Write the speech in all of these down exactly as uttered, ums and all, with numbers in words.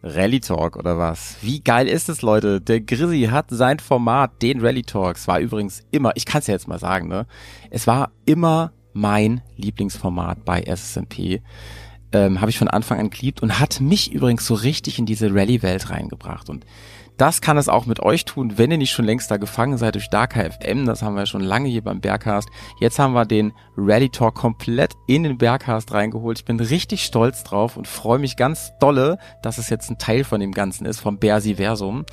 Rally Talk oder was? Wie geil ist es, Leute? Der Grizzly hat sein Format, den Rally Talks, war übrigens immer, ich kann es ja jetzt mal sagen, ne? Es war immer mein Lieblingsformat bei S S M P. Ähm, habe ich von Anfang an geliebt und hat mich übrigens so richtig in diese Rallye-Welt reingebracht. Und das kann es auch mit euch tun, wenn ihr nicht schon längst da gefangen seid durch Darker F M. Das haben wir schon lange hier beim Bergcast. Jetzt haben wir den Rally Talk komplett in den Bergcast reingeholt. Ich bin richtig stolz drauf und freue mich ganz dolle, dass es jetzt ein Teil von dem Ganzen ist, vom Bersiversum.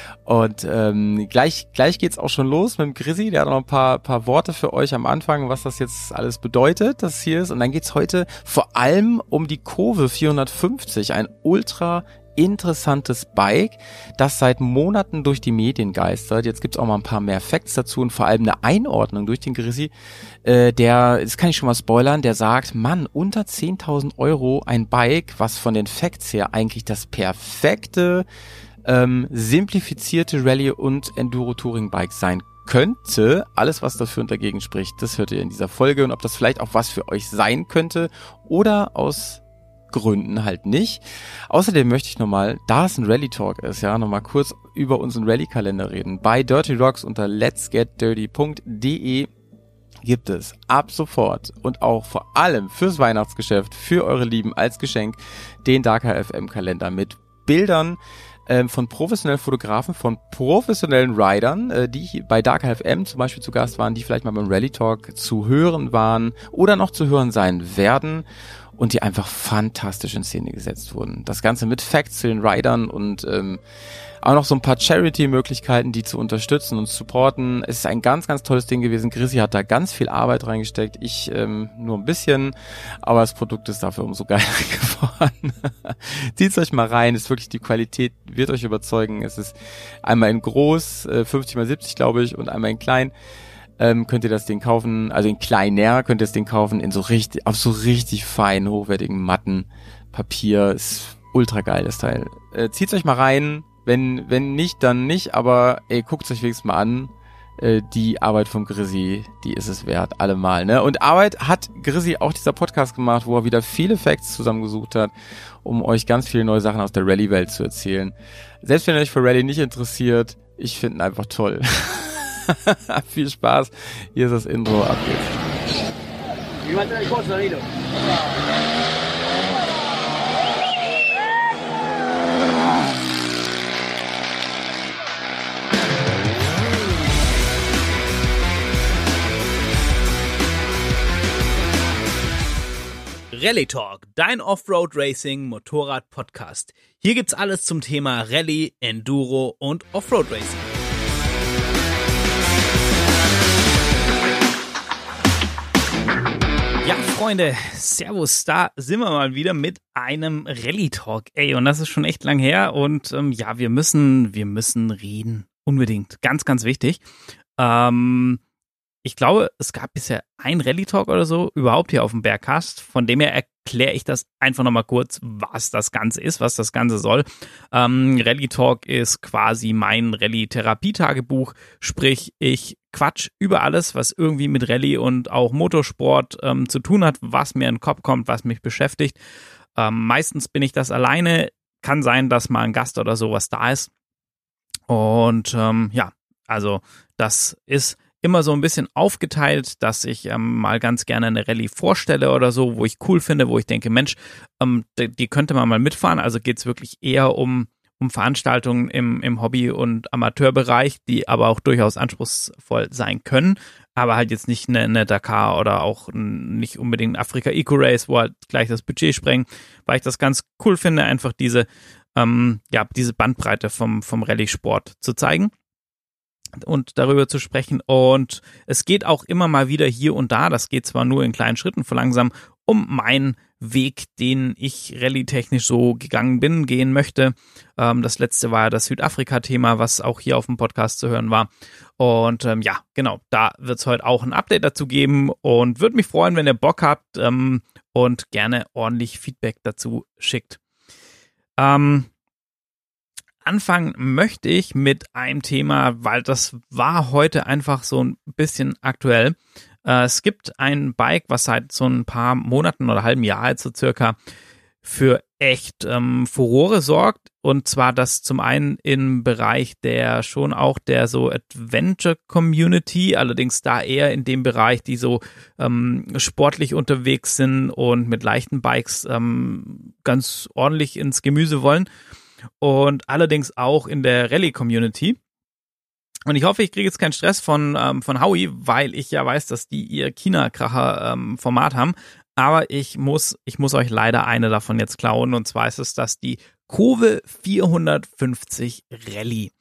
Und ähm, gleich gleich geht's auch schon los mit dem Grizzly. Der hat noch ein paar paar Worte für euch am Anfang, was das jetzt alles bedeutet, dass es hier ist. Und dann geht's heute vor allem um die Kove vierhundertfünfzig, ein ultra interessantes Bike, das seit Monaten durch die Medien geistert. Jetzt gibt's auch mal ein paar mehr Facts dazu und vor allem eine Einordnung durch den Grizzly, äh, der, das kann ich schon mal spoilern, der sagt, Mann, unter zehntausend Euro ein Bike, was von den Facts her eigentlich das perfekte, ähm, simplifizierte Rallye- und Enduro-Touring-Bike sein könnte. Alles, was dafür und dagegen spricht, das hört ihr in dieser Folge. Und ob das vielleicht auch was für euch sein könnte oder aus Gründen halt nicht. Außerdem möchte ich nochmal, da es ein Rally Talk ist, ja, nochmal kurz über unseren Rally-Kalender reden. Bei Dirty Rocks unter letsgetdirty punkt de gibt es ab sofort und auch vor allem fürs Weihnachtsgeschäft, für eure Lieben als Geschenk, den Darker F M-Kalender mit Bildern ähm, von professionellen Fotografen, von professionellen Riders, äh, die hier bei Darker F M zum Beispiel zu Gast waren, die vielleicht mal beim Rally Talk zu hören waren oder noch zu hören sein werden. Und die einfach fantastisch in Szene gesetzt wurden. Das Ganze mit Facts zu den Riders und ähm, auch noch so ein paar Charity-Möglichkeiten, die zu unterstützen und supporten. Es ist ein ganz, ganz tolles Ding gewesen. Grizzly hat da ganz viel Arbeit reingesteckt. Ich ähm, nur ein bisschen, aber das Produkt ist dafür umso geiler geworden. Zieht's euch mal rein. Ist wirklich, die Qualität wird euch überzeugen. Es ist einmal in groß, äh, fünfzig mal siebzig glaube ich, und einmal in klein. Ähm, könnt ihr das Ding kaufen, also in kleiner könnt ihr das Ding kaufen, in so richtig, auf so richtig feinen, hochwertigen Matten Papier. Ist ultra geil, das Teil. Äh, zieht's euch mal rein, wenn wenn nicht, dann nicht, aber ey, guckt's euch wenigstens mal an. Äh, die Arbeit vom Grizzly, die ist es wert, allemal, ne? Und Arbeit hat Grizzly auch dieser Podcast gemacht, wo er wieder viele Facts zusammengesucht hat, um euch ganz viele neue Sachen aus der Rallye-Welt zu erzählen. Selbst wenn ihr euch für Rallye nicht interessiert, ich finde ihn einfach toll. Viel Spaß. Hier ist das Intro. Ab geht's. Rally Talk, dein Offroad Racing Motorrad Podcast. Hier gibt's alles zum Thema Rallye, Enduro und Offroad Racing. Ja, Freunde, servus, da sind wir mal wieder mit einem Rally Talk. Ey, und das ist schon echt lang her und ähm, ja, wir müssen, wir müssen reden, unbedingt, ganz, ganz wichtig. Ähm, ich glaube, es gab bisher ein Rally Talk oder so überhaupt hier auf dem Bergcast, von dem her erkläre ich das einfach nochmal kurz, was das Ganze ist, was das Ganze soll. Ähm, Rally Talk ist quasi mein Rallye-Therapietagebuch, sprich, ich Quatsch über alles, was irgendwie mit Rallye und auch Motorsport ähm, zu tun hat, was mir in den Kopf kommt, was mich beschäftigt. Ähm, meistens bin ich das alleine, kann sein, dass mal ein Gast oder sowas da ist. Und ähm, ja, also das ist immer so ein bisschen aufgeteilt, dass ich ähm, mal ganz gerne eine Rallye vorstelle oder so, wo ich cool finde, wo ich denke, Mensch, ähm, die, die könnte man mal mitfahren. Also geht es wirklich eher um um Veranstaltungen im, im Hobby- und Amateurbereich, die aber auch durchaus anspruchsvoll sein können, aber halt jetzt nicht eine, eine Dakar oder auch nicht unbedingt ein Afrika Eco Race, wo halt gleich das Budget sprengen, weil ich das ganz cool finde, einfach diese, ähm, ja, diese Bandbreite vom, vom Rallye-Sport zu zeigen und darüber zu sprechen. Und es geht auch immer mal wieder hier und da, das geht zwar nur in kleinen Schritten von langsam, um meinen Weg, den ich rallye-technisch so gegangen bin, gehen möchte. Ähm, das letzte war ja das Südafrika-Thema, was auch hier auf dem Podcast zu hören war. Und ähm, ja, genau, da wird es heute auch ein Update dazu geben und würde mich freuen, wenn ihr Bock habt ähm, und gerne ordentlich Feedback dazu schickt. Ähm, Anfangen möchte ich mit einem Thema, weil das war heute einfach so ein bisschen aktuell. Äh, es gibt ein Bike, was seit so ein paar Monaten oder halben Jahr jetzt so circa für echt ähm, Furore sorgt. Und zwar das zum einen im Bereich der schon auch der so Adventure-Community, allerdings da eher in dem Bereich, die so ähm, sportlich unterwegs sind und mit leichten Bikes ähm, ganz ordentlich ins Gemüse wollen. Und allerdings auch in der Rallye-Community. Und ich hoffe, ich kriege jetzt keinen Stress von, ähm, von Howie, weil ich ja weiß, dass die ihr China-Kracher-Format ähm, haben. Aber ich muss, ich muss euch leider eine davon jetzt klauen. Und zwar ist es das die Kove vierhundertfünfzig Rallye.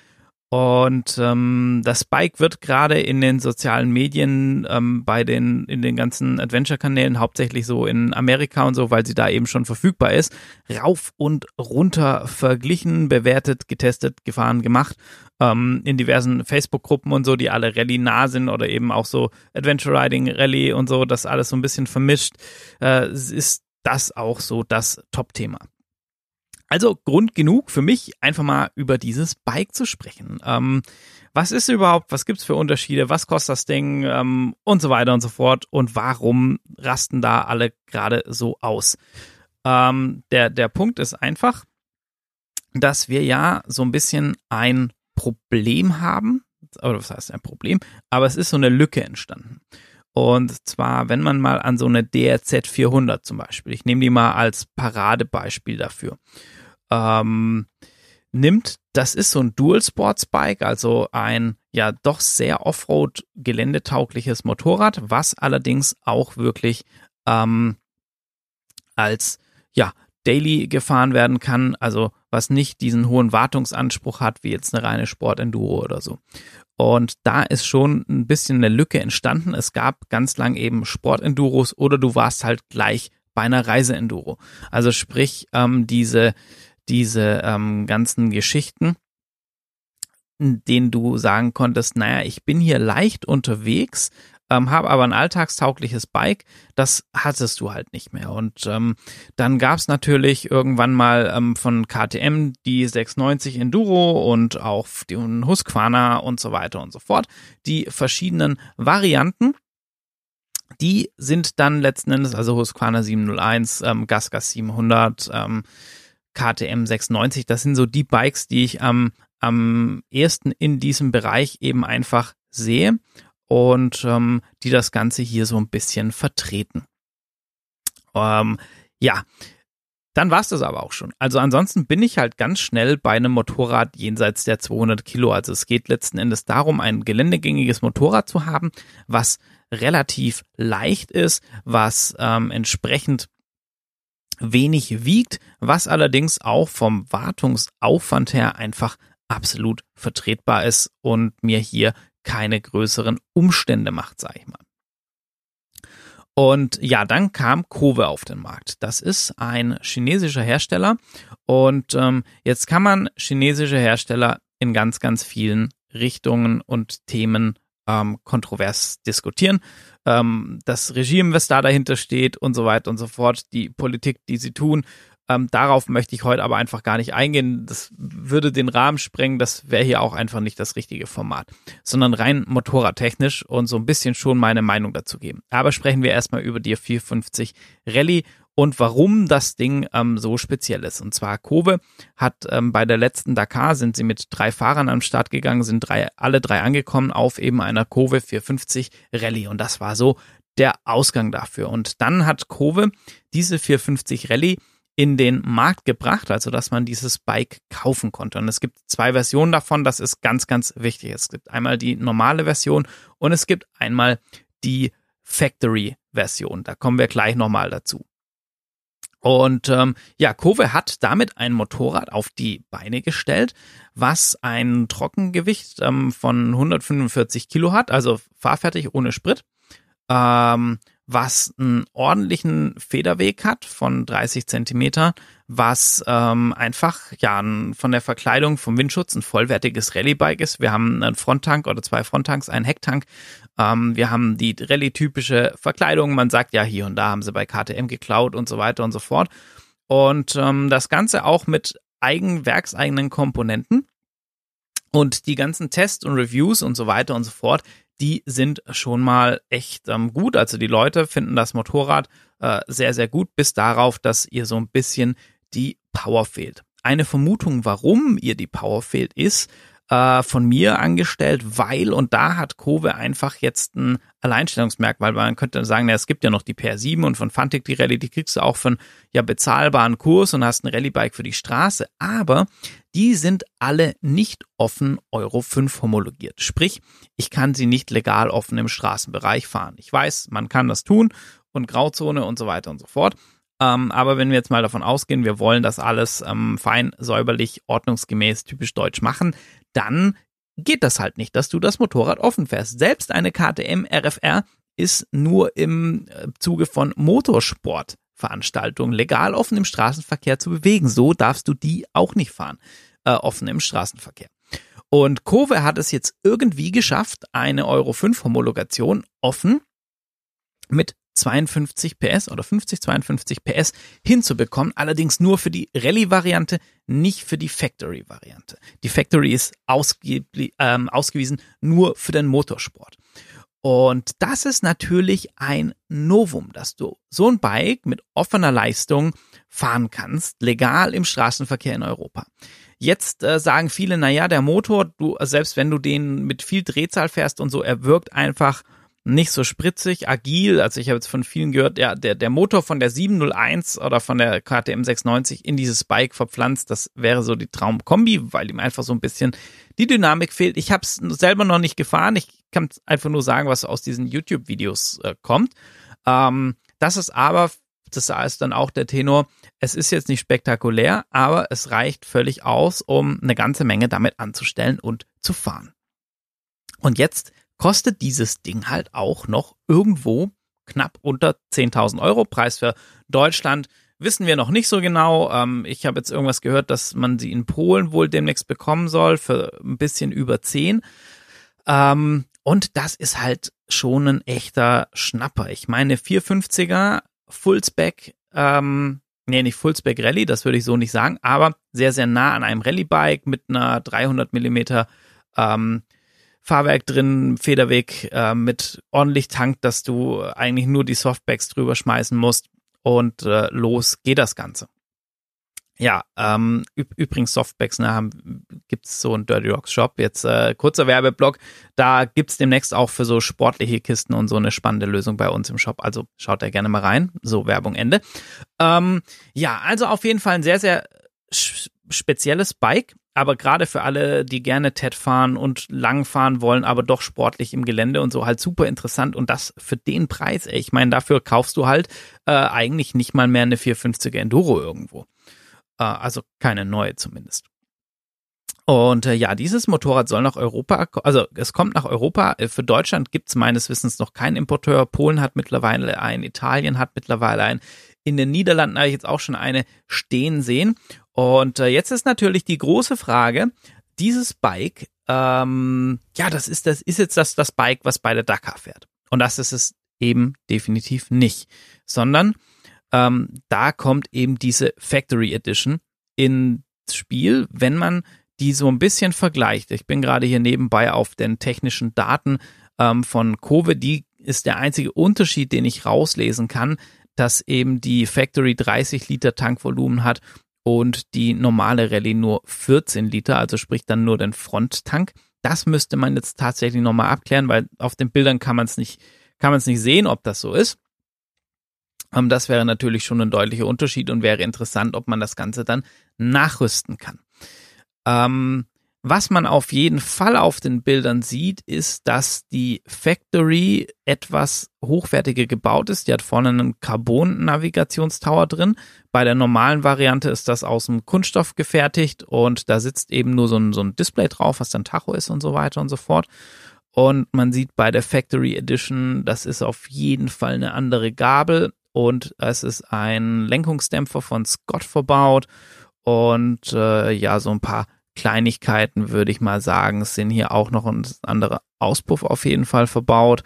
Und ähm, das Bike wird gerade in den sozialen Medien, ähm, bei den in den ganzen Adventure-Kanälen, hauptsächlich so in Amerika und so, weil sie da eben schon verfügbar ist, rauf und runter verglichen, bewertet, getestet, gefahren, gemacht, ähm, in diversen Facebook-Gruppen und so, die alle Rallye-nah sind oder eben auch so Adventure-Riding, Rallye und so, das alles so ein bisschen vermischt, äh, ist das auch so das Top-Thema. Also Grund genug für mich, einfach mal über dieses Bike zu sprechen. Ähm, was ist überhaupt, was gibt's für Unterschiede, was kostet das Ding ähm, und so weiter und so fort und warum rasten da alle gerade so aus? Ähm, der, der Punkt ist einfach, dass wir ja so ein bisschen ein Problem haben, oder was heißt ein Problem, aber es ist so eine Lücke entstanden. Und zwar, wenn man mal an so eine D R Z vierhundert zum Beispiel, ich nehme die mal als Paradebeispiel dafür, ähm, nimmt, das ist so ein Dual-Sports-Bike, also ein ja doch sehr Offroad-geländetaugliches Motorrad, was allerdings auch wirklich ähm, als ja Daily gefahren werden kann, also was nicht diesen hohen Wartungsanspruch hat, wie jetzt eine reine Sport-Enduro oder so. Und da ist schon ein bisschen eine Lücke entstanden. Es gab ganz lang eben Sport-Enduros oder du warst halt gleich bei einer Reise-Enduro. Also sprich, ähm, diese, diese ähm, ganzen Geschichten, in denen du sagen konntest, naja, ich bin hier leicht unterwegs, ähm, habe aber ein alltagstaugliches Bike, das hattest du halt nicht mehr. Und ähm, dann gab es natürlich irgendwann mal ähm, von K T M die sechshundertneunzig Enduro und auch den Husqvarna und so weiter und so fort. Die verschiedenen Varianten, die sind dann letzten Endes, also Husqvarna siebenhunderteins, ähm, GasGas siebenhundert, ähm, K T M sechsundneunzig, das sind so die Bikes, die ich am, am ehesten in diesem Bereich eben einfach sehe. Und ähm, die das Ganze hier so ein bisschen vertreten. Ähm, ja, dann war es das aber auch schon. Also ansonsten bin ich halt ganz schnell bei einem Motorrad jenseits der zweihundert Kilo. Also es geht letzten Endes darum, ein geländegängiges Motorrad zu haben, was relativ leicht ist, was ähm, entsprechend wenig wiegt, was allerdings auch vom Wartungsaufwand her einfach absolut vertretbar ist und mir hier keine größeren Umstände macht, sag ich mal. Und ja, dann kam Kove auf den Markt. Das ist ein chinesischer Hersteller und ähm, jetzt kann man chinesische Hersteller in ganz, ganz vielen Richtungen und Themen ähm, kontrovers diskutieren. Ähm, das Regime, was da dahinter steht und so weiter und so fort, die Politik, die sie tun, Ähm, darauf möchte ich heute aber einfach gar nicht eingehen. Das würde den Rahmen sprengen. Das wäre hier auch einfach nicht das richtige Format, sondern rein motorradtechnisch und so ein bisschen schon meine Meinung dazu geben. Aber sprechen wir erstmal über die vierhundertfünfzig Rallye und warum das Ding ähm, so speziell ist. Und zwar Kove hat ähm, bei der letzten Dakar sind sie mit drei Fahrern am Start gegangen, sind drei, alle drei angekommen auf eben einer Kove vierhundertfünfzig Rallye und das war so der Ausgang dafür. Und dann hat Kove diese vierhundertfünfzig Rallye in den Markt gebracht, also dass man dieses Bike kaufen konnte. Und es gibt zwei Versionen davon, das ist ganz, ganz wichtig. Es gibt einmal die normale Version und es gibt einmal die Factory-Version. Da kommen wir gleich nochmal dazu. Und ähm, ja, Kove hat damit ein Motorrad auf die Beine gestellt, was ein Trockengewicht ähm, von hundertfünfundvierzig Kilo hat, also fahrfertig ohne Sprit. Ähm, was einen ordentlichen Federweg hat von dreißig Zentimeter, was ähm, einfach ja von der Verkleidung vom Windschutz ein vollwertiges Rallye-Bike ist. Wir haben einen Fronttank oder zwei Fronttanks, einen Hecktank. Ähm, wir haben die Rallye-typische Verkleidung. Man sagt ja, hier und da haben sie bei K T M geklaut und so weiter und so fort. Und ähm, das Ganze auch mit eigen, werkseigenen Komponenten. Und die ganzen Tests und Reviews und so weiter und so fort, die sind schon mal echt ähm, gut. Also die Leute finden das Motorrad äh, sehr, sehr gut, bis darauf, dass ihr so ein bisschen die Power fehlt. Eine Vermutung, warum ihr die Power fehlt, ist äh, von mir angestellt, weil, und da hat Kove einfach jetzt ein Alleinstellungsmerkmal, weil man könnte sagen, na, es gibt ja noch die P R sieben und von Fantic die Rallye, die kriegst du auch für einen ja, bezahlbaren Kurs und hast ein Rallye-Bike für die Straße, aber die sind alle nicht offen Euro fünf homologiert. Sprich, ich kann sie nicht legal offen im Straßenbereich fahren. Ich weiß, man kann das tun und Grauzone und so weiter und so fort. Ähm, aber wenn wir jetzt mal davon ausgehen, wir wollen das alles ähm, fein, säuberlich, ordnungsgemäß, typisch deutsch machen, dann geht das halt nicht, dass du das Motorrad offen fährst. Selbst eine K T M R F R ist nur im Zuge von Motorsportveranstaltungen legal offen im Straßenverkehr zu bewegen. So darfst du die auch nicht fahren, äh, offen im Straßenverkehr. Und Kove hat es jetzt irgendwie geschafft, eine Euro fünf Homologation offen mit zweiundfünfzig P S oder fünfzig, zweiundfünfzig P S hinzubekommen, allerdings nur für die Rallye-Variante, nicht für die Factory-Variante. Die Factory ist ausge- ähm, ausgewiesen nur für den Motorsport. Und das ist natürlich ein Novum, dass du so ein Bike mit offener Leistung fahren kannst, legal im Straßenverkehr in Europa. Jetzt äh, sagen viele, naja, der Motor, du, selbst wenn du den mit viel Drehzahl fährst und so, er wirkt einfach nicht so spritzig, agil. Also ich habe jetzt von vielen gehört, ja, der, der Motor von der sieben null eins oder von der K T M sechsundneunzig in dieses Bike verpflanzt, das wäre so die Traumkombi, weil ihm einfach so ein bisschen die Dynamik fehlt. Ich habe es selber noch nicht gefahren. Ich kann einfach nur sagen, was aus diesen YouTube-Videos äh, kommt. Ähm, das ist aber, das ist dann auch der Tenor, es ist jetzt nicht spektakulär, aber es reicht völlig aus, um eine ganze Menge damit anzustellen und zu fahren. Und jetzt kostet dieses Ding halt auch noch irgendwo knapp unter zehntausend Euro. Preis für Deutschland wissen wir noch nicht so genau. Ähm, ich habe jetzt irgendwas gehört, dass man sie in Polen wohl demnächst bekommen soll für ein bisschen über zehn. Ähm, und das ist halt schon ein echter Schnapper. Ich meine, vierhundertfünfziger Fullspec, ähm, nee, nicht Fullspec Rallye, das würde ich so nicht sagen, aber sehr, sehr nah an einem Rallye-Bike mit einer dreihundert Millimeter ähm, Fahrwerk drin, Federweg äh, mit ordentlich Tank, dass du eigentlich nur die Softbacks drüber schmeißen musst und äh, los geht das Ganze. Ja, ähm, üb- übrigens Softbacks, ne, haben, gibt's so einen Dirty Rocks Shop, jetzt äh, kurzer Werbeblock, da gibt's demnächst auch für so sportliche Kisten und so eine spannende Lösung bei uns im Shop, also schaut da gerne mal rein, so Werbung Ende. Ähm, ja, also auf jeden Fall ein sehr, sehr sch- spezielles Bike, aber gerade für alle, die gerne T E D fahren und lang fahren wollen, aber doch sportlich im Gelände und so, halt super interessant und das für den Preis, ey. Ich meine, dafür kaufst du halt äh, eigentlich nicht mal mehr eine vierhundertfünfziger Enduro irgendwo. Äh, also keine neue zumindest. Und äh, ja, dieses Motorrad soll nach Europa, also es kommt nach Europa. Für Deutschland gibt es meines Wissens noch keinen Importeur. Polen hat mittlerweile einen, Italien hat mittlerweile einen. In den Niederlanden habe ich jetzt auch schon eine stehen sehen. Und äh, jetzt ist natürlich die große Frage, dieses Bike, ähm, ja, das ist das ist jetzt das, das Bike, was bei der Dakar fährt. Und das ist es eben definitiv nicht. Sondern ähm, da kommt eben diese Factory Edition ins Spiel, wenn man die so ein bisschen vergleicht. Ich bin gerade hier nebenbei auf den technischen Daten ähm, von Kove. Die ist der einzige Unterschied, den ich rauslesen kann, dass eben die Factory dreißig Liter Tankvolumen hat und die normale Rallye nur vierzehn Liter, also sprich dann nur den Fronttank. Das müsste man jetzt tatsächlich nochmal abklären, weil auf den Bildern kann man es nicht, kann man es nicht sehen, ob das so ist. Ähm, das wäre natürlich schon ein deutlicher Unterschied und wäre interessant, ob man das Ganze dann nachrüsten kann. Ähm, was man auf jeden Fall auf den Bildern sieht, ist, dass die Factory etwas hochwertiger gebaut ist. Die hat vorne einen Carbon-Navigationstower drin. Bei der normalen Variante ist das aus dem Kunststoff gefertigt und da sitzt eben nur so ein, so ein Display drauf, was dann Tacho ist und so weiter und so fort. Und man sieht bei der Factory Edition, das ist auf jeden Fall eine andere Gabel und es ist ein Lenkungsdämpfer von Scott verbaut und äh, ja, so ein paar Kleinigkeiten, würde ich mal sagen. Es sind hier auch noch ein anderer Auspuff auf jeden Fall verbaut.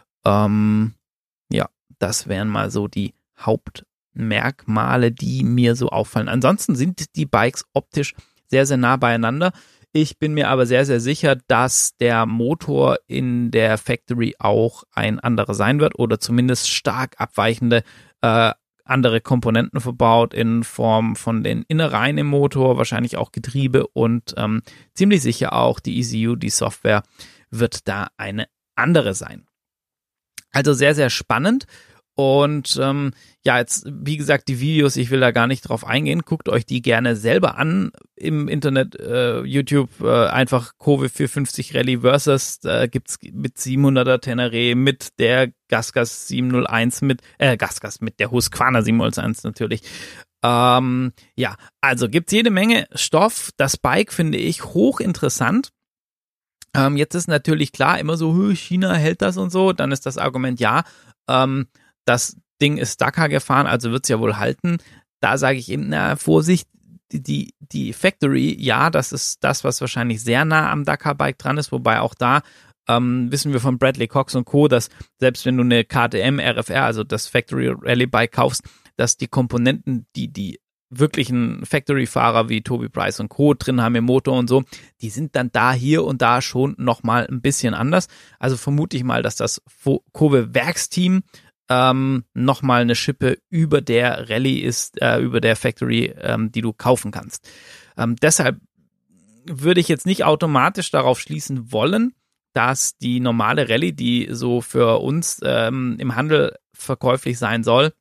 Ähm, ja, das wären mal so die Hauptmerkmale, die mir so auffallen. Ansonsten sind die Bikes optisch sehr, sehr nah beieinander. Ich bin mir aber sehr, sehr sicher, dass der Motor in der Factory auch ein anderer sein wird oder zumindest stark abweichende äh, andere Komponenten verbaut in Form von den Innereien im Motor, wahrscheinlich auch Getriebe und ähm, ziemlich sicher auch die E C U, die Software wird da eine andere sein. Also sehr, sehr spannend. Und ähm, ja, jetzt, wie gesagt, die Videos, ich will da gar nicht drauf eingehen, guckt euch die gerne selber an im Internet, äh, YouTube, äh, einfach Kove vierhundertfünfzig Rallye Versus, äh, gibt's mit siebenhunderter Tenere, mit der Gasgas siebenhunderteins, mit, äh, Gasgas, mit der Husqvarna siebenhunderteins natürlich. Ähm, ja, also gibt's jede Menge Stoff. Das Bike finde ich hochinteressant. Ähm, jetzt ist natürlich klar, immer so, China hält das und so, dann ist das Argument, ja, ähm, das Ding ist Dakar gefahren, also wird es ja wohl halten. Da sage ich eben, na, Vorsicht, die, die, die Factory, ja, das ist das, was wahrscheinlich sehr nah am Dakar-Bike dran ist, wobei auch da ähm, wissen wir von Bradley Cox und Co., dass selbst wenn du eine K T M R F R, also das Factory Rally Bike kaufst, dass die Komponenten, die die wirklichen Factory-Fahrer wie Toby Price und Co. drin haben im Motor und so, die sind dann da, hier und da schon nochmal ein bisschen anders. Also vermute ich mal, dass das Kove-Werksteam ähm, nochmal eine Schippe über der Rallye ist, äh, über der Factory, ähm, die du kaufen kannst. Ähm, deshalb würde ich jetzt nicht automatisch darauf schließen wollen, dass die normale Rallye, die so für uns ähm, im Handel verkäuflich sein soll,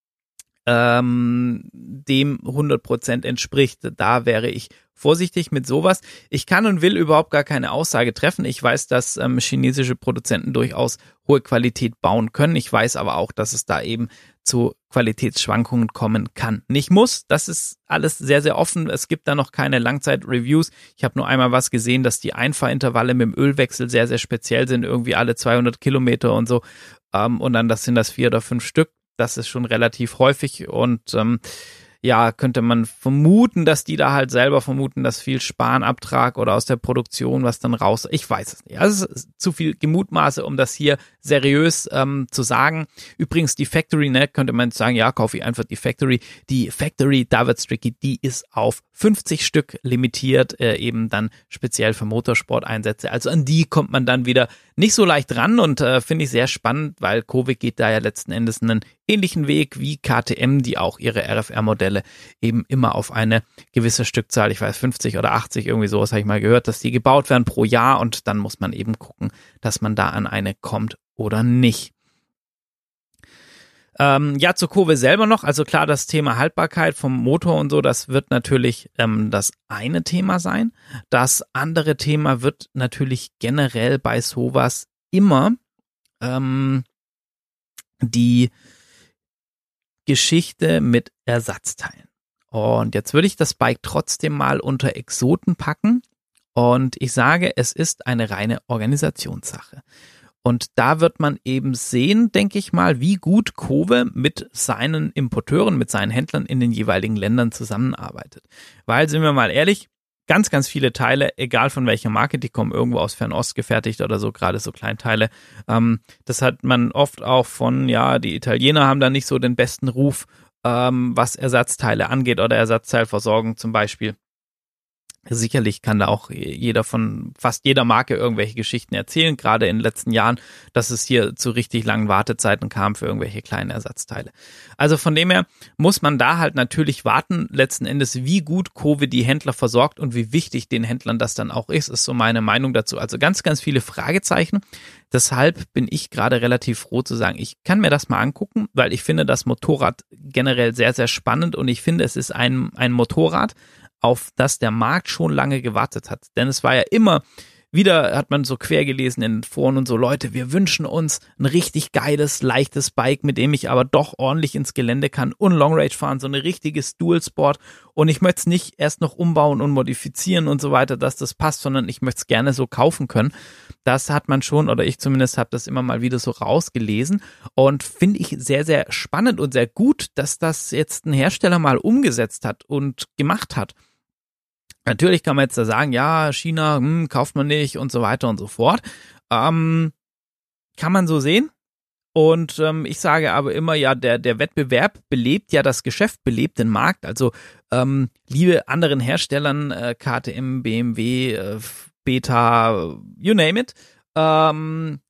ähm, dem hundert Prozent entspricht. Da wäre ich vorsichtig mit sowas. Ich kann und will überhaupt gar keine Aussage treffen. Ich weiß, dass ähm, chinesische Produzenten durchaus hohe Qualität bauen können. Ich weiß aber auch, dass es da eben zu Qualitätsschwankungen kommen kann. Nicht muss, das ist alles sehr, sehr offen. Es gibt da noch keine Langzeit-Reviews. Ich habe nur einmal was gesehen, dass die Einfahrintervalle mit dem Ölwechsel sehr, sehr speziell sind, irgendwie alle zweihundert Kilometer und so. Ähm, und dann das sind das vier oder fünf Stück. Das ist schon relativ häufig und ähm, ja, könnte man vermuten, dass die da halt selber vermuten, dass viel Spanabtrag oder aus der Produktion was dann raus, ich weiß es nicht. Also es ist zu viel Gemutmaße, um das hier seriös ähm, zu sagen. Übrigens die Factory, ne, könnte man sagen, ja, kaufe ich einfach die Factory. Die Factory, da wird's tricky, die ist auf fünfzig Stück limitiert, äh, eben dann speziell für Motorsport-Einsätze. Also an die kommt man dann wieder nicht so leicht ran und äh, finde ich sehr spannend, weil Kove geht da ja letzten Endes einen ähnlichen Weg wie K T M, die auch ihre R F R-Modelle eben immer auf eine gewisse Stückzahl, ich weiß fünfzig oder achtzig, irgendwie sowas habe ich mal gehört, dass die gebaut werden pro Jahr und dann muss man eben gucken, dass man da an eine kommt oder nicht. Ähm, ja, zur Kove selber noch, also klar, das Thema Haltbarkeit vom Motor und so, das wird natürlich ähm, das eine Thema sein. Das andere Thema wird natürlich generell bei sowas immer ähm, die Geschichte mit Ersatzteilen. Und jetzt würde ich das Bike trotzdem mal unter Exoten packen und ich sage, es ist eine reine Organisationssache. Und da wird man eben sehen, denke ich mal, wie gut Kove mit seinen Importeuren, mit seinen Händlern in den jeweiligen Ländern zusammenarbeitet. Weil, sind wir mal ehrlich, ganz, ganz viele Teile, egal von welcher Marke, die kommen irgendwo aus Fernost gefertigt oder so, gerade so Kleinteile. Ähm, das hat man oft auch von, ja, die Italiener haben da nicht so den besten Ruf, ähm, was Ersatzteile angeht oder Ersatzteilversorgung zum Beispiel. Sicherlich kann da auch jeder von fast jeder Marke irgendwelche Geschichten erzählen, gerade in den letzten Jahren, dass es hier zu richtig langen Wartezeiten kam für irgendwelche kleinen Ersatzteile. Also von dem her muss man da halt natürlich warten, letzten Endes, wie gut Kove die Händler versorgt und wie wichtig den Händlern das dann auch ist, ist so meine Meinung dazu. Also ganz, ganz viele Fragezeichen. Deshalb bin ich gerade relativ froh zu sagen, ich kann mir das mal angucken, weil ich finde das Motorrad generell sehr, sehr spannend und ich finde, es ist ein, ein Motorrad, auf das der Markt schon lange gewartet hat. Denn es war ja immer wieder, hat man so quer gelesen in den Foren und so, Leute, wir wünschen uns ein richtig geiles, leichtes Bike, mit dem ich aber doch ordentlich ins Gelände kann und Long Range fahren, so eine richtiges Dual Sport. Und ich möchte es nicht erst noch umbauen und modifizieren und so weiter, dass das passt, sondern ich möchte es gerne so kaufen können. Das hat man schon, oder ich zumindest habe das immer mal wieder so rausgelesen und finde ich sehr, sehr spannend und sehr gut, dass das jetzt ein Hersteller mal umgesetzt hat und gemacht hat. Natürlich kann man jetzt da sagen, ja, China, hm, kauft man nicht und so weiter und so fort. Ähm, kann man so sehen. Und ähm, ich sage aber immer, ja, der, der Wettbewerb belebt ja das Geschäft, belebt den Markt. Also ähm, liebe anderen Herstellern, äh, K T M, B M W, äh, Beta, you name it, ähm,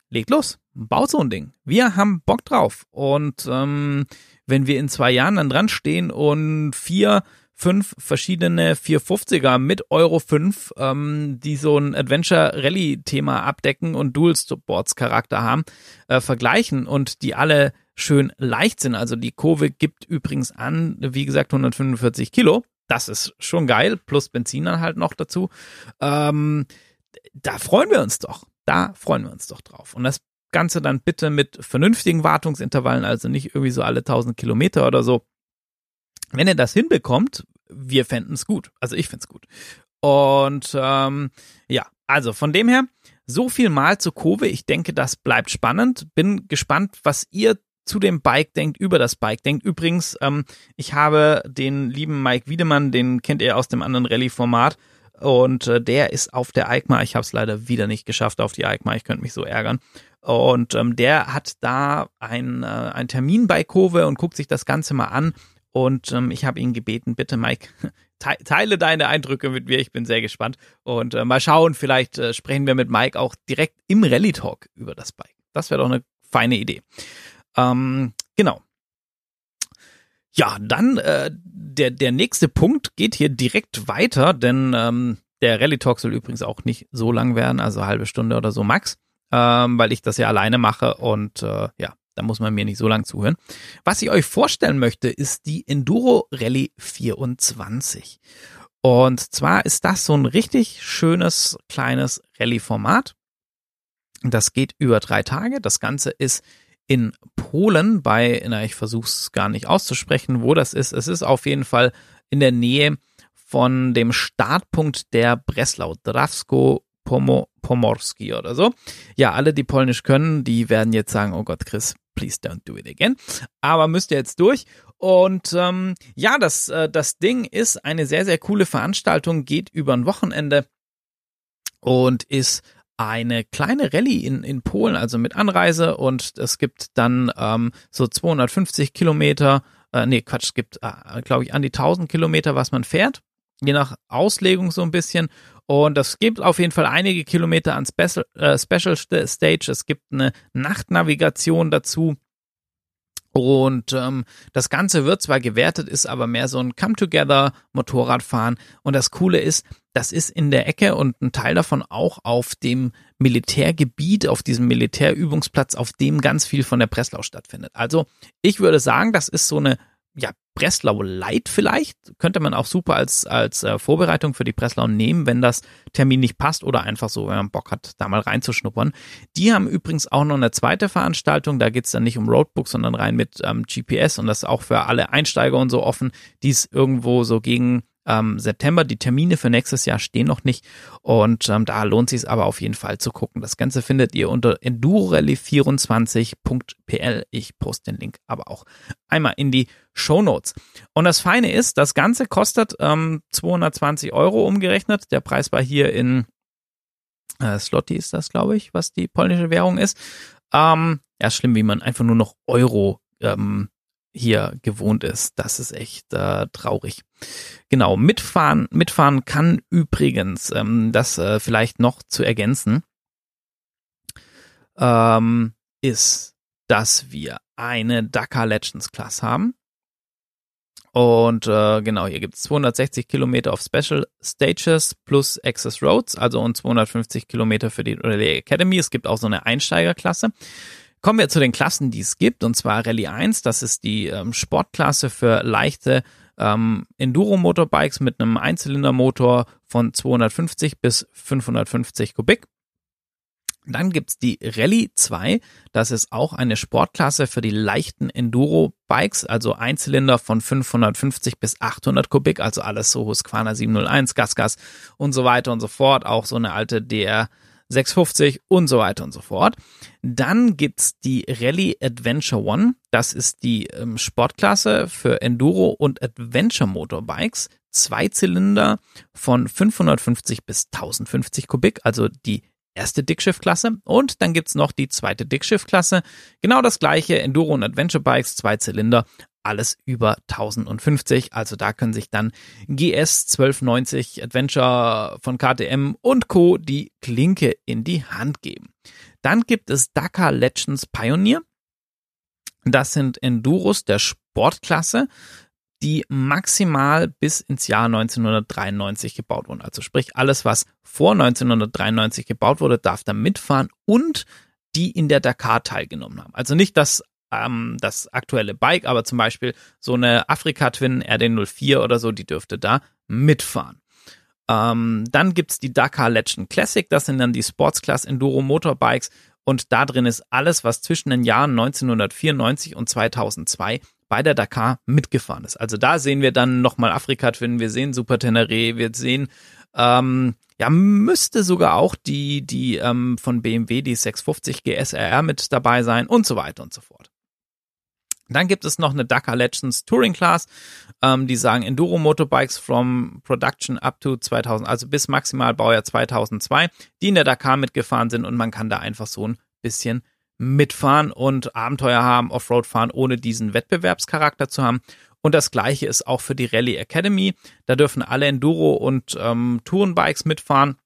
legt los, baut so ein Ding. Wir haben Bock drauf. Und ähm, wenn wir in zwei Jahren dann dran stehen und vier, fünf verschiedene vierhundertfünfziger mit Euro fünf, ähm, die so ein Adventure-Rally-Thema abdecken und Dual-Sports-Charakter haben, äh, vergleichen und die alle schön leicht sind. Also die Kurve gibt übrigens an, wie gesagt, hundertfünfundvierzig Kilo. Das ist schon geil, plus Benzin dann halt noch dazu. Ähm, da freuen wir uns doch. Da freuen wir uns doch drauf. Und das Ganze dann bitte mit vernünftigen Wartungsintervallen, also nicht irgendwie so alle tausend Kilometer oder so. Wenn ihr das hinbekommt, wir fänden es gut. Also ich fände es gut. Und ähm, ja, also von dem her, so viel mal zur Kurve. Ich denke, das bleibt spannend. Bin gespannt, was ihr zu dem Bike denkt, über das Bike denkt. Übrigens, ähm, ich habe den lieben Mike Wiedemann, den kennt ihr aus dem anderen Rallye-Format, und äh, der ist auf der EICMA. Ich habe es leider wieder nicht geschafft auf die EICMA, ich könnte mich so ärgern. Und ähm, der hat da ein, äh, einen Termin bei Kurve und guckt sich das Ganze mal an. Und ähm, ich habe ihn gebeten, bitte Mike, te- teile deine Eindrücke mit mir, ich bin sehr gespannt. Und äh, mal schauen, vielleicht äh, sprechen wir mit Mike auch direkt im Rallye Talk über das Bike. Das wäre doch eine feine Idee. Ähm, genau. Ja, dann äh, der, der nächste Punkt geht hier direkt weiter, denn ähm, der Rallye Talk soll übrigens auch nicht so lang werden, also eine halbe Stunde oder so max, ähm, weil ich das ja alleine mache und äh, ja, da muss man mir nicht so lang zuhören. Was ich euch vorstellen möchte, ist die Enduro Rallye vierundzwanzig. Und zwar ist das so ein richtig schönes, kleines Rallye-Format. Das geht über drei Tage. Das Ganze ist in Polen bei, na, ich versuche es gar nicht auszusprechen, wo das ist. Es ist auf jeden Fall in der Nähe von dem Startpunkt der Breslau, Drawsko Pomorski oder so. Ja, alle, die Polnisch können, die werden jetzt sagen, oh Gott, Chris, please don't do it again. Aber müsst ihr jetzt durch. Und ähm, ja, das, äh, das Ding ist eine sehr, sehr coole Veranstaltung, geht über ein Wochenende und ist eine kleine Rallye in, in Polen, also mit Anreise, und es gibt dann ähm, so zweihundertfünfzig Kilometer, äh, nee, Quatsch, es gibt, äh, glaube ich, an die tausend Kilometer, was man fährt, je nach Auslegung so ein bisschen, und es gibt auf jeden Fall einige Kilometer an Special, äh, Special Stage, es gibt eine Nachtnavigation dazu. Und ähm, das Ganze wird zwar gewertet, ist aber mehr so ein Come-Together-Motorradfahren. Und das Coole ist, das ist in der Ecke und ein Teil davon auch auf dem Militärgebiet, auf diesem Militärübungsplatz, auf dem ganz viel von der Breslau stattfindet. Also ich würde sagen, das ist so eine, ja, Breslau Light vielleicht, könnte man auch super als als äh, Vorbereitung für die Breslau nehmen, wenn das Termin nicht passt oder einfach so, wenn man Bock hat, da mal reinzuschnuppern. Die haben übrigens auch noch eine zweite Veranstaltung, da geht's dann nicht um Roadbook, sondern rein mit ähm, G P S, und das ist auch für alle Einsteiger und so offen, die ist irgendwo so gegen ähm, September. Die Termine für nächstes Jahr stehen noch nicht, und ähm, da lohnt sich es aber auf jeden Fall zu gucken. Das Ganze findet ihr unter enduro rallye vierundzwanzig punkt p l. Ich poste den Link aber auch einmal in die Shownotes. Und das Feine ist, das Ganze kostet ähm, zweihundertzwanzig Euro umgerechnet. Der Preis war hier in äh, Zloty ist das, glaube ich, was die polnische Währung ist. Ähm, ja, schlimm, wie man einfach nur noch Euro ähm, hier gewohnt ist. Das ist echt äh, traurig. Genau, mitfahren, mitfahren kann übrigens, ähm, das äh, vielleicht noch zu ergänzen, ähm, ist, dass wir eine Dakar Legends Class haben. Und äh, genau, hier gibt es zweihundertsechzig Kilometer auf Special Stages plus Access Roads, also und zweihundertfünfzig Kilometer für die Rallye Academy. Es gibt auch so eine Einsteigerklasse. Kommen wir zu den Klassen, die es gibt, und zwar Rallye eins, das ist die ähm, Sportklasse für leichte ähm, Enduro-Motorbikes mit einem Einzylindermotor von zweihundertfünfzig bis fünfhundertfünfzig Kubik. Dann gibt's die Rallye zwei, das ist auch eine Sportklasse für die leichten Enduro-Bikes, also Einzylinder von fünfhundertfünfzig bis achthundert Kubik, also alles so Husqvarna siebenhunderteins, GasGas und so weiter und so fort, auch so eine alte D R sechshundertfünfzig und so weiter und so fort. Dann gibt's die Rallye Adventure One, das ist die ähm, Sportklasse für Enduro- und Adventure-Motorbikes, Zweizylinder von fünfhundertfünfzig bis tausendfünfzig Kubik, also die erste Dickschiff-Klasse und dann gibt's noch die zweite Dickschiff-Klasse. Genau das gleiche, Enduro- und Adventure-Bikes, zwei Zylinder, alles über tausendfünfzig. Also da können sich dann G S zwölf neunzig Adventure von K T M und Co. die Klinke in die Hand geben. Dann gibt es Dakar Legends Pioneer. Das sind Enduros der Sportklasse, die maximal bis ins Jahr neunzehnhundertdreiundneunzig gebaut wurden. Also sprich, alles, was vor neunzehnhundertdreiundneunzig gebaut wurde, darf da mitfahren und die in der Dakar teilgenommen haben. Also nicht das, ähm, das aktuelle Bike, aber zum Beispiel so eine Afrika-Twin R D null vier oder so, die dürfte da mitfahren. Ähm, dann gibt's die Dakar Legend Classic, das sind dann die Sportsclass Enduro Motorbikes und da drin ist alles, was zwischen den Jahren neunzehnhundertvierundneunzig und zweitausendzwei bei der Dakar mitgefahren ist. Also da sehen wir dann nochmal Afrika-Twin, wir sehen Super Tenere, wir sehen, ähm, ja, müsste sogar auch die, die ähm, von B M W, die sechshundertfünfzig G S R R mit dabei sein und so weiter und so fort. Dann gibt es noch eine Dakar Legends Touring Class, ähm, die sagen Enduro Motorbikes from Production up to zweitausend, also bis maximal Baujahr zweitausendzwei, die in der Dakar mitgefahren sind und man kann da einfach so ein bisschen mitfahren und Abenteuer haben, Offroad fahren, ohne diesen Wettbewerbscharakter zu haben. Und das Gleiche ist auch für die Rallye Academy. Da dürfen alle Enduro- und ähm, Tourenbikes mitfahren.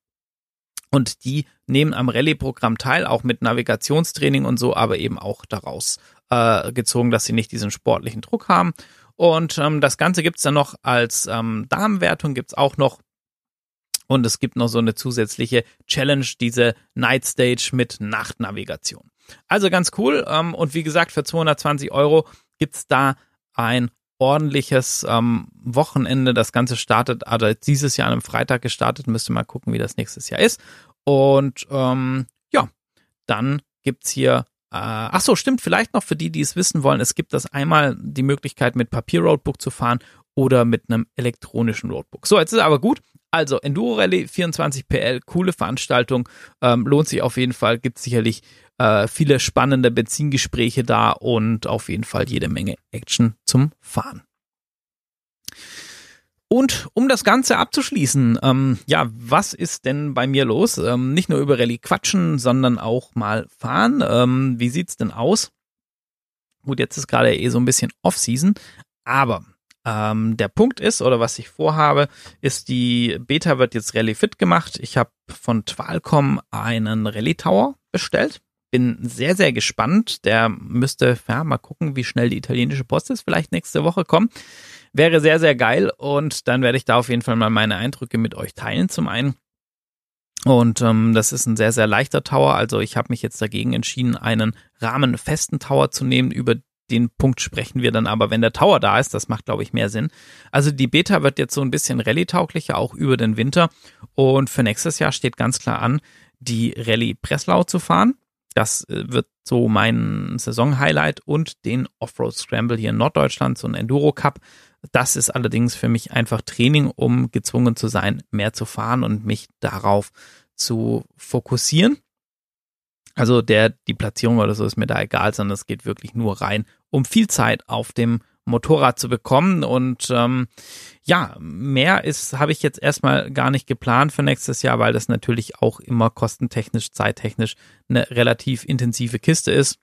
Und die nehmen am Rallye-Programm teil, auch mit Navigationstraining und so, aber eben auch daraus äh, gezogen, dass sie nicht diesen sportlichen Druck haben. Und ähm, das Ganze gibt's dann noch als ähm, Damenwertung, gibt's auch noch. Und es gibt noch so eine zusätzliche Challenge, diese Night Stage mit Nachtnavigation. Also ganz cool. Ähm, und wie gesagt, für zweihundertzwanzig Euro gibt's da ein ordentliches ähm, Wochenende. Das Ganze startet, also dieses Jahr an einem Freitag gestartet. Müsste mal gucken, wie das nächstes Jahr ist. Und ähm, ja, dann gibt's hier, äh, ach so, stimmt, vielleicht noch für die, die es wissen wollen, es gibt das einmal die Möglichkeit, mit Papier-Roadbook zu fahren oder mit einem elektronischen Roadbook. So, jetzt ist aber gut. Also Enduro Rallye, vierundzwanzig P L, coole Veranstaltung, ähm, lohnt sich auf jeden Fall, gibt sicherlich äh, viele spannende Benzingespräche da und auf jeden Fall jede Menge Action zum Fahren. Und um das Ganze abzuschließen, ähm, ja, was ist denn bei mir los? Ähm, nicht nur über Rallye quatschen, sondern auch mal fahren. Ähm, wie sieht's denn aus? Gut, jetzt ist gerade eh so ein bisschen Off-Season, aber Ähm, der Punkt ist, oder was ich vorhabe, ist, die Beta wird jetzt Rallye fit gemacht. Ich habe von Twalcom einen Rallye Tower bestellt. Bin sehr, sehr gespannt. Der müsste, ja, mal gucken, wie schnell die italienische Post ist. Vielleicht nächste Woche kommen. Wäre sehr, sehr geil. Und dann werde ich da auf jeden Fall mal meine Eindrücke mit euch teilen, zum einen. Und ähm, das ist ein sehr, sehr leichter Tower. Also ich habe mich jetzt dagegen entschieden, einen rahmenfesten Tower zu nehmen. Über den Punkt sprechen wir dann aber, wenn der Tower da ist. Das macht, glaube ich, mehr Sinn. Also die Beta wird jetzt so ein bisschen Rallye-tauglicher, auch über den Winter. Und für nächstes Jahr steht ganz klar an, die Rallye Breslau zu fahren. Das wird so mein Saison-Highlight und den Offroad Scramble hier in Norddeutschland, so ein Enduro Cup. Das ist allerdings für mich einfach Training, um gezwungen zu sein, mehr zu fahren und mich darauf zu fokussieren. Also der, die Platzierung oder so ist mir da egal, sondern es geht wirklich nur rein, um viel Zeit auf dem Motorrad zu bekommen. Und ähm, ja, mehr ist, habe ich jetzt erstmal gar nicht geplant für nächstes Jahr, weil das natürlich auch immer kostentechnisch, zeittechnisch eine relativ intensive Kiste ist.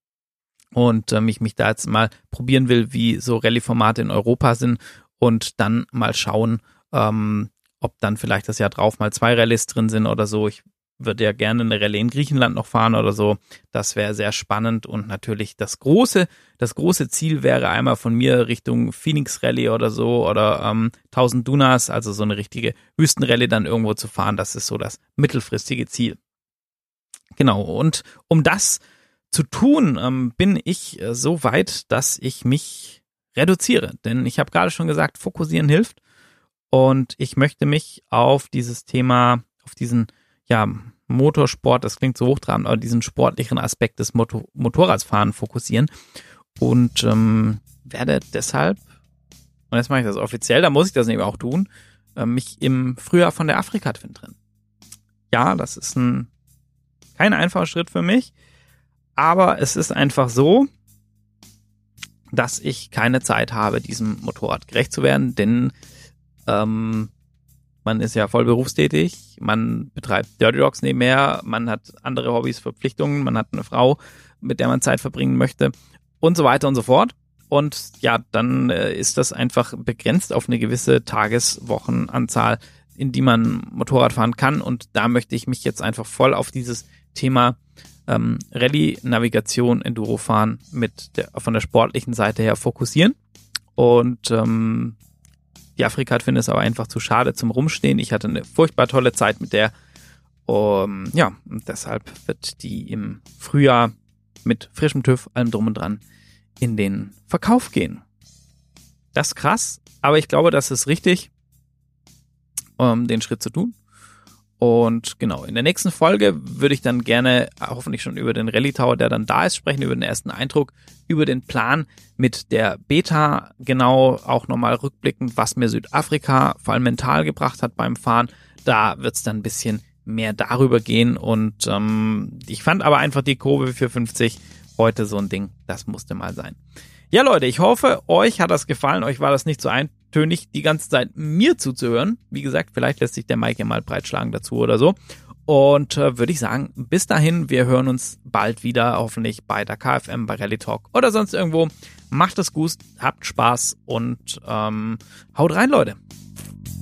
Und ähm, ich mich da jetzt mal probieren will, wie so Rallye-Formate in Europa sind und dann mal schauen, ähm, ob dann vielleicht das Jahr drauf mal zwei Rallyes drin sind oder so. Ich würde ja gerne eine Rallye in Griechenland noch fahren oder so. Das wäre sehr spannend und natürlich das große, das große Ziel wäre einmal von mir Richtung Phoenix Rallye oder so oder ähm, tausend Dunas, also so eine richtige Wüstenrallye dann irgendwo zu fahren. Das ist so das mittelfristige Ziel. Genau, und um das zu tun, ähm, bin ich äh, so weit, dass ich mich reduziere. Denn ich habe gerade schon gesagt, fokussieren hilft und ich möchte mich auf dieses Thema, auf diesen ja, Motorsport, das klingt so hochtrabend, aber diesen sportlichen Aspekt des Motor- Motorradfahren fokussieren und ähm, werde deshalb, und jetzt mache ich das offiziell, da muss ich das eben auch tun, äh, mich im Frühjahr von der Afrika-Twin trennen. Ja, das ist ein kein einfacher Schritt für mich, aber es ist einfach so, dass ich keine Zeit habe, diesem Motorrad gerecht zu werden, denn ähm, Man ist ja voll berufstätig, man betreibt Dirty Dogs nebenher, man hat andere Hobbys, Verpflichtungen, man hat eine Frau, mit der man Zeit verbringen möchte und so weiter und so fort. Und ja, dann äh, ist das einfach begrenzt auf eine gewisse Tageswochenanzahl, in die man Motorrad fahren kann. Und da möchte ich mich jetzt einfach voll auf dieses Thema ähm, Rallye, Navigation, Endurofahren mit der, von der sportlichen Seite her fokussieren. Und ähm, die Afrika finde es aber einfach zu schade zum Rumstehen. Ich hatte eine furchtbar tolle Zeit mit der. Um, ja, und deshalb wird die im Frühjahr mit frischem TÜV, allem drum und dran, in den Verkauf gehen. Das ist krass, aber ich glaube, das ist richtig, um den Schritt zu tun. Und genau, in der nächsten Folge würde ich dann gerne hoffentlich schon über den Rallye Tower, der dann da ist, sprechen, über den ersten Eindruck, über den Plan mit der Beta, genau auch nochmal rückblickend, was mir Südafrika vor allem mental gebracht hat beim Fahren. Da wird es dann ein bisschen mehr darüber gehen und ähm, ich fand aber einfach die Kurve vierhundertfünfzig heute so ein Ding, das musste mal sein. Ja Leute, ich hoffe, euch hat das gefallen, euch war das nicht so eintönig, die ganze Zeit mir zuzuhören. Wie gesagt, vielleicht lässt sich der Mike ja mal breitschlagen dazu oder so. Und äh, würde ich sagen, bis dahin, wir hören uns bald wieder, hoffentlich bei der K F M, bei Rallye Talk oder sonst irgendwo. Macht es gut, habt Spaß und ähm, haut rein, Leute.